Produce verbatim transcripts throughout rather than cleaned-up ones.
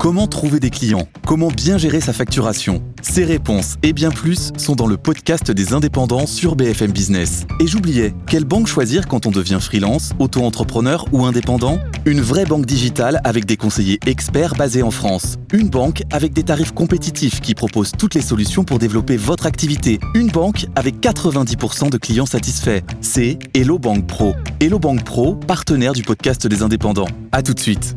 Comment trouver des clients ? Comment bien gérer sa facturation ? Ces réponses et bien plus sont dans le podcast des indépendants sur B F M Business. Et j'oubliais, quelle banque choisir quand on devient freelance, auto-entrepreneur ou indépendant ? Une vraie banque digitale avec des conseillers experts basés en France. Une banque avec des tarifs compétitifs qui propose toutes les solutions pour développer votre activité. Une banque avec quatre-vingt-dix pour cent de clients satisfaits. C'est Hello Bank Pro. Hello Bank Pro, partenaire du podcast des indépendants. À tout de suite.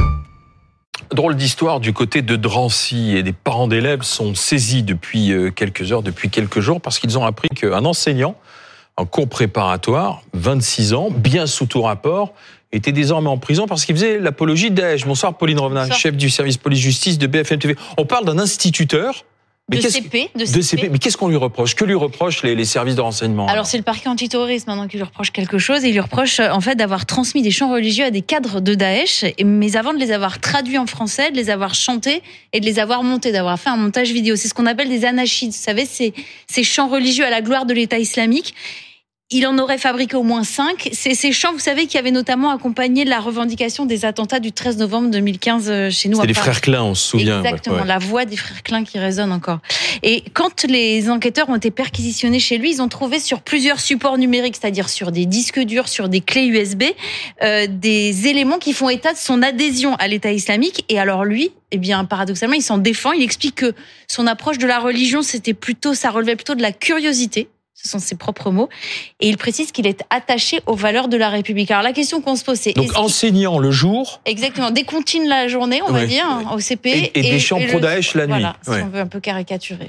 Drôle d'histoire du côté de Drancy, et des parents d'élèves sont saisis depuis quelques heures, depuis quelques jours, parce qu'ils ont appris qu'un enseignant en cours préparatoire, vingt-six ans, bien sous tout rapport, était désormais en prison parce qu'il faisait l'apologie de Daesh. Bonsoir Pauline Revenat, Bonsoir. Chef du service police-justice de B F M T V. On parle d'un instituteur. Mais de C P, de, de C P. Mais qu'est-ce qu'on lui reproche ? Que lui reprochent les, les services de renseignement ? Alors c'est le parquet antiterroriste maintenant qui lui reproche quelque chose. Et il lui reproche en fait d'avoir transmis des chants religieux à des cadres de Daesh, mais avant de les avoir traduits en français, de les avoir chantés et de les avoir montés, d'avoir fait un montage vidéo. C'est ce qu'on appelle des anachides. Vous savez, c'est ces chants religieux à la gloire de l'État islamique. Il en aurait fabriqué au moins cinq. C'est ces chants, vous savez, qui avaient notamment accompagné la revendication des attentats du treize novembre deux mille quinze chez nous. C'est les frères Klein, on se souvient. Exactement, ouais. La voix des frères Klein qui résonne encore. Et quand les enquêteurs ont été perquisitionnés chez lui, ils ont trouvé sur plusieurs supports numériques, c'est-à-dire sur des disques durs, sur des clés U S B, euh, des éléments qui font état de son adhésion à l'État islamique. Et alors lui, eh bien, paradoxalement, il s'en défend. Il explique que son approche de la religion, c'était plutôt, ça relevait plutôt de la curiosité. Ce sont ses propres mots. Et il précise qu'il est attaché aux valeurs de la République. Alors la question qu'on se pose, c'est... Donc enseignant le jour... Exactement, décontine la journée, on ouais, va dire, ouais. au C P. Et, et, et des chants pro-Daesh la nuit. Voilà, ouais. si on veut un peu caricaturer.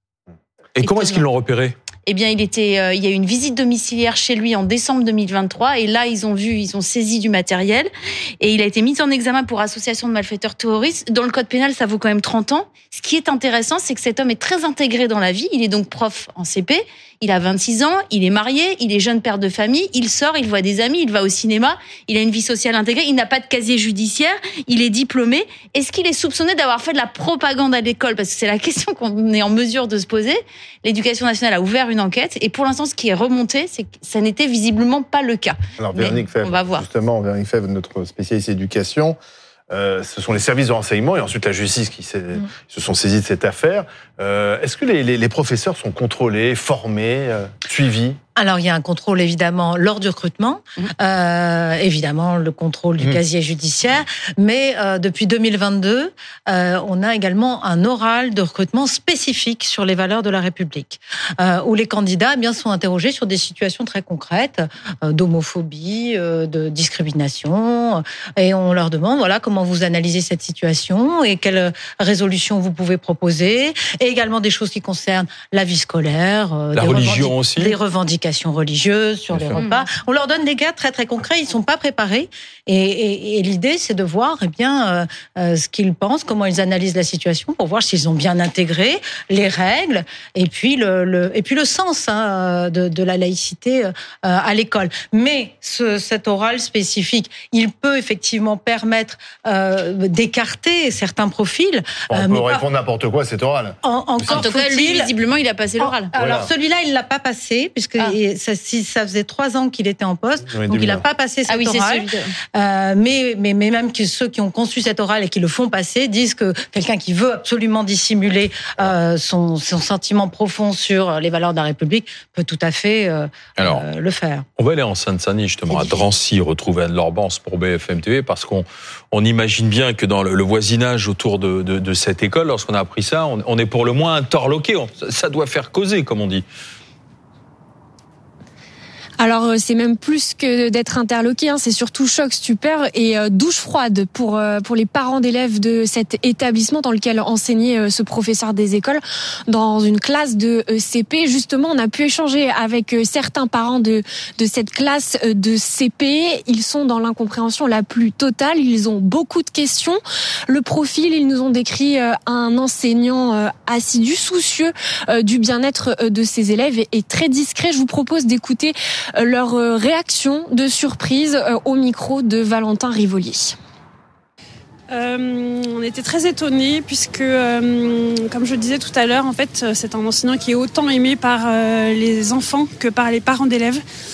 Et comment est-ce qu'ils l'ont repéré ? Eh bien, il était, euh, il y a eu une visite domiciliaire chez lui en décembre deux mille vingt-trois, et là, ils ont vu, ils ont saisi du matériel, et il a été mis en examen pour association de malfaiteurs terroristes. Dans le code pénal, ça vaut quand même trente ans. Ce qui est intéressant, c'est que cet homme est très intégré dans la vie. Il est donc prof en C P. Il a vingt-six ans, il est marié, il est jeune père de famille, il sort, il voit des amis, il va au cinéma, il a une vie sociale intégrée, il n'a pas de casier judiciaire, il est diplômé. Est-ce qu'il est soupçonné d'avoir fait de la propagande à l'école ? Parce que c'est la question qu'on est en mesure de se poser. L'éducation nationale a ouvert une enquête, et pour l'instant, ce qui est remonté, c'est que ça n'était visiblement pas le cas. Alors, Véronique Fèvre, on va voir. Justement, Véronique Fèvre, notre spécialiste éducation, Euh, ce sont les services de renseignement et ensuite la justice qui mmh. se sont saisis de cette affaire. Euh, est-ce que les, les, les professeurs sont contrôlés, formés, euh, suivis ? Alors, il y a un contrôle, évidemment, lors du recrutement, mmh. euh, évidemment, le contrôle du mmh. casier judiciaire, mais euh, depuis deux mille vingt-deux, euh, on a également un oral de recrutement spécifique sur les valeurs de la République, euh, où les candidats eh bien, sont interrogés sur des situations très concrètes, euh, d'homophobie, euh, de discrimination, et on leur demande, voilà, comment vous analysez cette situation et quelle résolution vous pouvez proposer, et également des choses qui concernent la vie scolaire, euh, la des religion revendic- aussi, des revendications religieuses sur Bien les sûr. repas. On leur donne des cas très très concrets, ils sont pas préparés, et, et, et l'idée c'est de voir eh bien euh, euh, ce qu'ils pensent, comment ils analysent la situation pour voir s'ils ont bien intégré les règles et puis le, le et puis le sens hein, de, de la laïcité euh, à l'école. Mais ce, cet oral spécifique, il peut effectivement permettre euh, d'écarter certains profils. On euh, peut répondre pas... n'importe quoi à cet oral. En, encore en tout cas, lui, visiblement, il a passé l'oral. Alors voilà. celui-là, il l'a pas passé puisque ah. ça, si, ça faisait trois ans qu'il était en poste, oui, donc il n'a pas passé cet ah oui, oral. Euh, mais, mais, mais même que ceux qui ont conçu cet oral et qui le font passer disent que quelqu'un qui veut absolument dissimuler euh, son, son sentiment profond sur les valeurs de la République peut tout à fait euh, Alors, euh, le faire. On va aller en Seine-Saint-Denis, justement, à Drancy, retrouver Anne Lorbance pour B F M T V, parce qu'on on imagine bien que dans le, le voisinage autour de, de, de cette école, lorsqu'on a appris ça, on, on est pour le moins interloqué. On, ça doit faire causer, comme on dit. Alors c'est même plus que d'être interloqué, hein, c'est surtout choc, stupeur et euh, douche froide pour euh, pour les parents d'élèves de cet établissement dans lequel enseignait euh, ce professeur des écoles dans une classe de euh, C P. Justement, on a pu échanger avec euh, certains parents de de cette classe euh, de C P. Ils sont dans l'incompréhension la plus totale. Ils ont beaucoup de questions. Le profil, ils nous ont décrit euh, un enseignant euh, assidu, soucieux euh, du bien-être euh, de ses élèves et, et très discret. Je vous propose d'écouter leur réaction de surprise au micro de Valentin Rivolier. Euh, on était très étonnés puisque, euh, comme je le disais tout à l'heure, en fait, c'est un enseignant qui est autant aimé par euh, les enfants que par les parents d'élèves.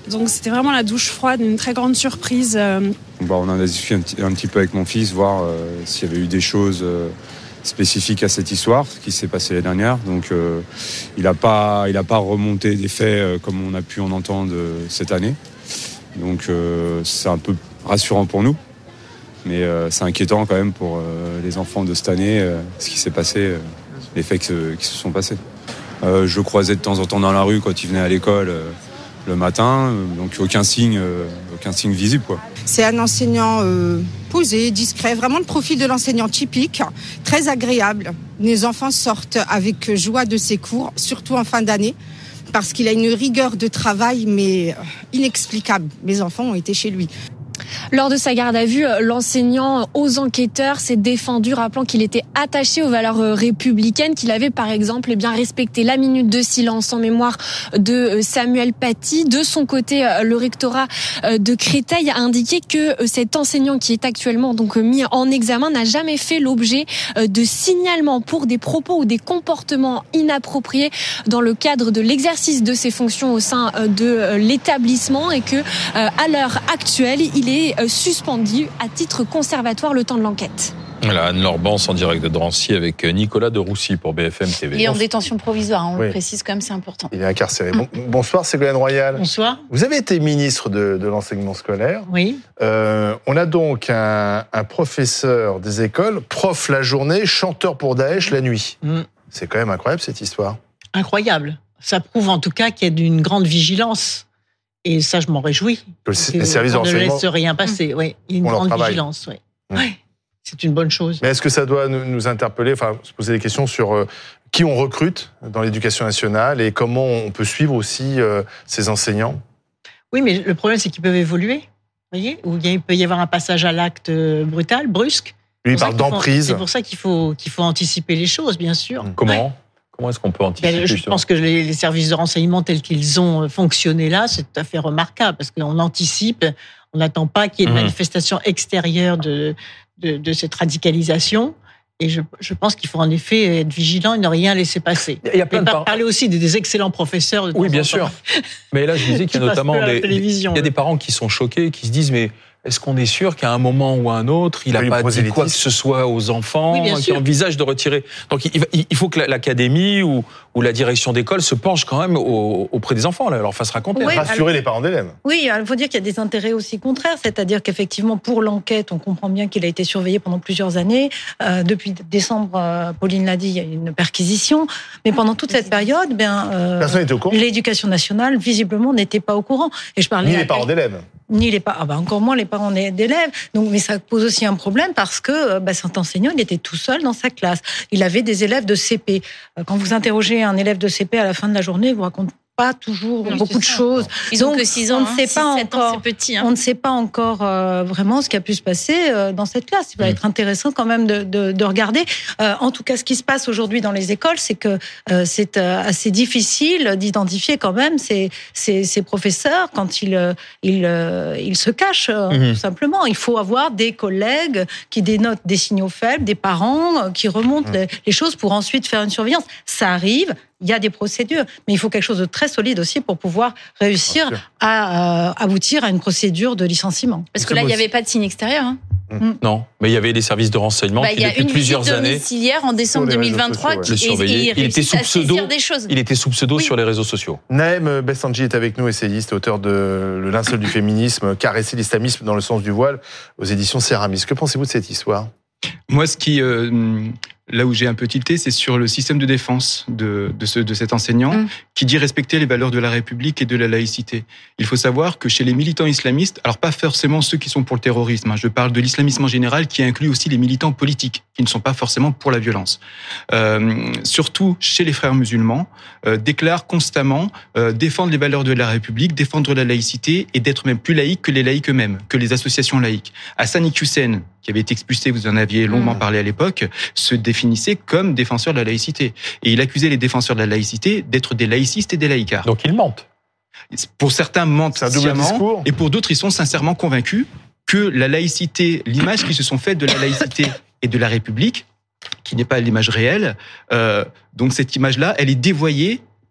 Donc c'était vraiment la douche froide, une très grande surprise. Euh. Bah, on en a discuté un petit, un petit peu avec mon fils, voir euh, s'il y avait eu des choses euh, spécifiques à cette histoire, ce qui s'est passé l'année dernière. Donc euh, il n'a pas, il a pas remonté des faits euh, comme on a pu en entendre euh, cette année. Donc euh, c'est un peu rassurant pour nous. Mais euh, c'est inquiétant quand même pour euh, les enfants de cette année, euh, ce qui s'est passé, euh, les faits qui se, qui se sont passés. Euh, je le croisais de temps en temps dans la rue quand il venait à l'école euh, le matin, euh, donc aucun signe, euh, aucun signe visible, quoi. C'est un enseignant euh, posé, discret, vraiment le profil de l'enseignant typique, très agréable. Les enfants sortent avec joie de ses cours, surtout en fin d'année, parce qu'il a une rigueur de travail, mais inexplicable. Mes enfants ont été chez lui. Lors de sa garde à vue, l'enseignant aux enquêteurs s'est défendu, rappelant qu'il était attaché aux valeurs républicaines, qu'il avait par exemple eh bien respecté la minute de silence en mémoire de Samuel Paty. De son côté, le rectorat de Créteil a indiqué que cet enseignant qui est actuellement donc mis en examen n'a jamais fait l'objet de signalements pour des propos ou des comportements inappropriés dans le cadre de l'exercice de ses fonctions au sein de l'établissement et que à l'heure actuelle, il est suspendu à titre conservatoire le temps de l'enquête. Voilà, Anne-Laure Bance en direct de Drancy avec Nicolas de Roussy pour B F M T V. Il est en détention provisoire, hein, on oui. le précise quand même, c'est important. Il est incarcéré. Bon, bonsoir Ségolène Royal. Bonsoir. Vous avez été ministre de, de l'enseignement scolaire. Oui. Euh, on a donc un, un professeur des écoles, prof la journée, chanteur pour Daesh la nuit. Mm. C'est quand même incroyable cette histoire. Incroyable. Ça prouve en tout cas qu'il y a d'une grande vigilance. Et ça, je m'en réjouis. Que les services de renseignement... On ne laisse rien passer, oui. Il y a une grande vigilance, oui. Mmh. Oui. C'est une bonne chose. Mais est-ce que ça doit nous interpeller, enfin, se poser des questions sur euh, qui on recrute dans l'éducation nationale et comment on peut suivre aussi euh, ces enseignants ? Oui, mais le problème, c'est qu'ils peuvent évoluer, vous voyez, où il peut y avoir un passage à l'acte brutal, brusque. Lui, il parle d'emprise. C'est pour ça qu'il faut, qu'il faut anticiper les choses, bien sûr. Mmh. Comment ? Comment est-ce qu'on peut anticiper ben, Je pense que les, les services de renseignement tels qu'ils ont fonctionné là, c'est tout à fait remarquable parce qu'on anticipe, on n'attend pas qu'il y ait une mmh. manifestation extérieure de, de, de cette radicalisation. Et je, je pense qu'il faut en effet être vigilant et ne rien laisser passer. Il y a plein Mais de par, par... parler aussi des, des excellents professeurs. De oui, bien sûr. Mais là, je disais qu'il y a notamment des, il y a des parents qui sont choqués, qui se disent mais est-ce qu'on est sûr qu'à un moment ou à un autre, il n'a pas dit quoi que ce soit aux enfants, oui, qui envisage de retirer. Donc il, il faut que l'académie ou, ou la direction d'école se penche quand même au, auprès des enfants, là, leur fasse raconter. Oui, rassurer alors, les parents d'élèves. Oui, il faut dire qu'il y a des intérêts aussi contraires, c'est-à-dire qu'effectivement, pour l'enquête, on comprend bien qu'il a été surveillé pendant plusieurs années. Euh, depuis décembre, euh, Pauline l'a dit, il y a une perquisition. Mais pendant toute cette période, ben, euh, personne n'était au courant. L'éducation nationale, visiblement, n'était pas au courant. Et je parlais Ni les parents d'élèves. Ni les parents, ah bah encore moins les parents d'élèves. Donc, mais ça pose aussi un problème parce que bah, cet enseignant, il était tout seul dans sa classe. Il avait des élèves de C P. Quand vous interrogez un élève de C P à la fin de la journée, il vous raconte pas toujours oui, beaucoup de choses. Ils Donc, ont que six ans, on ne sait pas encore. C'est petit, hein. On ne sait pas encore euh, vraiment ce qui a pu se passer euh, dans cette classe. Il va mmh. être intéressant quand même de, de, de regarder. Euh, en tout cas, ce qui se passe aujourd'hui dans les écoles, c'est que euh, c'est euh, assez difficile d'identifier quand même ces, ces, ces professeurs quand ils ils, euh, ils se cachent euh, mmh. tout simplement. Il faut avoir des collègues qui dénotent des signaux faibles, des parents euh, qui remontent mmh. les, les choses pour ensuite faire une surveillance. Ça arrive. Il y a des procédures, mais il faut quelque chose de très solide aussi pour pouvoir réussir à euh, aboutir à une procédure de licenciement. Parce que là, il n'y avait pas de signe extérieur. Hein. Mmh. Non, mais il y avait des services de renseignement bah, qui, depuis plusieurs années... Il y a une visite domiciliaire en décembre deux mille vingt-trois sociaux, ouais. qui le surveillait. Il était sous pseudo, des choses. Il était sous pseudo oui. sur les réseaux sociaux. Naëm Besandji est avec nous, essayiste, auteur de Le linceul du féminisme, caresser l'islamisme dans le sens du voile, aux éditions Céramis. Que pensez-vous de cette histoire ? Moi, ce qui... Euh, Là où j'ai un peu tilté, c'est sur le système de défense de, de, ce, de cet enseignant mmh. qui dit respecter les valeurs de la République et de la laïcité. Il faut savoir que chez les militants islamistes, alors pas forcément ceux qui sont pour le terrorisme, hein, je parle de l'islamisme en général qui inclut aussi les militants politiques qui ne sont pas forcément pour la violence. Euh, surtout chez les frères musulmans, euh, déclarent constamment euh, défendre les valeurs de la République, défendre la laïcité et d'être même plus laïque que les laïcs eux-mêmes, que les associations laïques. Hassan Iqiyoussen, qui avait été expulsé, vous en aviez longuement mmh. parlé à l'époque, se définissait comme défenseur de la laïcité. Et il accusait les défenseurs de la laïcité d'être des laïcistes et des laïcards. Donc ils mentent. Pour certains mentent sciemment, et pour d'autres ils sont sincèrement convaincus que la laïcité, l'image qu'ils se sont faite de la laïcité et de la République, qui n'est pas l'image réelle, euh, donc cette image-là, elle est dévoyée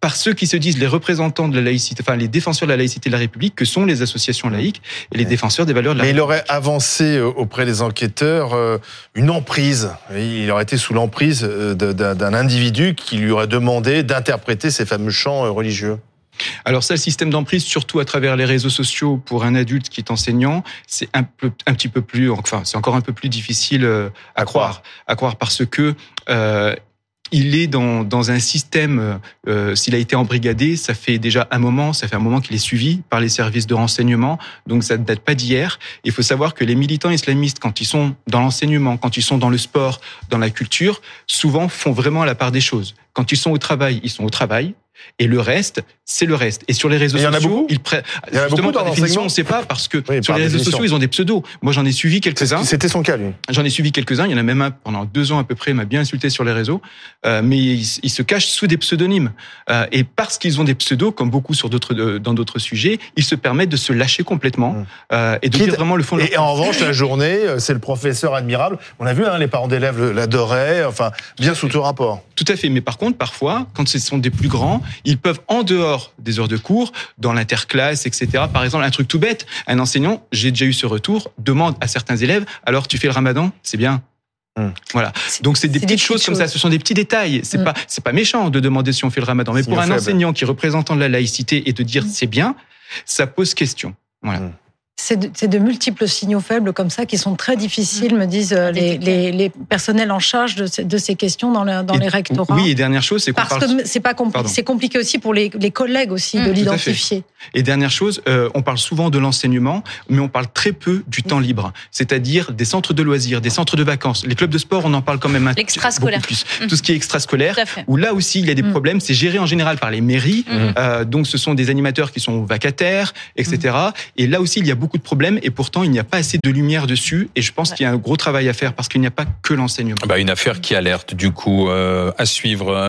par ceux qui se disent les représentants de la laïcité, enfin les défenseurs de la laïcité de la République, que sont les associations laïques et les défenseurs des valeurs de la Mais République. il aurait avancé auprès des enquêteurs une emprise. Il aurait été sous l'emprise d'un individu qui lui aurait demandé d'interpréter ces fameux chants religieux. Alors ça, le système d'emprise, surtout à travers les réseaux sociaux, pour un adulte qui est enseignant, c'est un peu, un petit peu plus, enfin, c'est encore un peu plus difficile à, à croire, croire, à croire parce que euh, il est dans, dans un système, euh, s'il a été embrigadé, ça fait déjà un moment, ça fait un moment qu'il est suivi par les services de renseignement, donc ça ne date pas d'hier. Il faut savoir que les militants islamistes, quand ils sont dans l'enseignement, quand ils sont dans le sport, dans la culture, souvent font vraiment la part des choses. Quand ils sont au travail, ils sont au travail. Et le reste, c'est le reste. Et sur les réseaux et il y en a sociaux, beaucoup ils prennent. Il y en a beaucoup dans par définition, on ne sait pas parce que oui, sur les réseaux définition. sociaux, ils ont des pseudos. Moi, j'en ai suivi quelques-uns. C'était son cas, lui. J'en ai suivi quelques-uns. Il y en a même un pendant deux ans à peu près. Il m'a bien insulté sur les réseaux, euh, mais ils, ils se cachent sous des pseudonymes. Euh, et parce qu'ils ont des pseudos, comme beaucoup sur d'autres, dans d'autres sujets, ils se permettent de se lâcher complètement mmh. euh, et de Quitte, dire vraiment le fond. Et, et en revanche, la journée, c'est le professeur admirable. On a vu, hein, les parents d'élèves l'adoraient. Enfin, bien sous tout rapport. Tout à fait. Mais par contre, parfois, quand ce sont des plus grands, ils peuvent en dehors des heures de cours, dans l'interclasse, et cetera. Par exemple, un truc tout bête, un enseignant, j'ai déjà eu ce retour, demande à certains élèves, alors tu fais le ramadan, c'est bien. Mmh. Voilà. Donc c'est des petites, des petites choses, choses comme ça. Ce sont des petits détails. C'est mmh. pas, c'est pas méchant de demander si on fait le ramadan, mais si pour un faible. enseignant qui est représentant de la laïcité et de dire mmh. c'est bien, ça pose question. Voilà. Mmh. C'est de, c'est de multiples signaux faibles comme ça qui sont très difficiles, me disent les, les, les personnels en charge de ces, de ces questions dans, le, dans et, les rectorats. Oui, et dernière chose, c'est qu'on Parce parle... que c'est pas compli- c'est compliqué aussi pour les, les collègues aussi mmh, de l'identifier. Et dernière chose, euh, on parle souvent de l'enseignement, mais on parle très peu du temps libre, c'est-à-dire des centres de loisirs, des centres de vacances. Les clubs de sport, on en parle quand même un L'extrascolaire. beaucoup plus. Mmh. Tout ce qui est extrascolaire, où là aussi il y a des mmh. problèmes, c'est géré en général par les mairies, mmh. euh, donc ce sont des animateurs qui sont vacataires, et cetera. Mmh. Et là aussi il y a beaucoup de problèmes, et pourtant il n'y a pas assez de lumière dessus, et je pense ouais. qu'il y a un gros travail à faire parce qu'il n'y a pas que l'enseignement. Bah, une affaire qui alerte du coup euh, à suivre.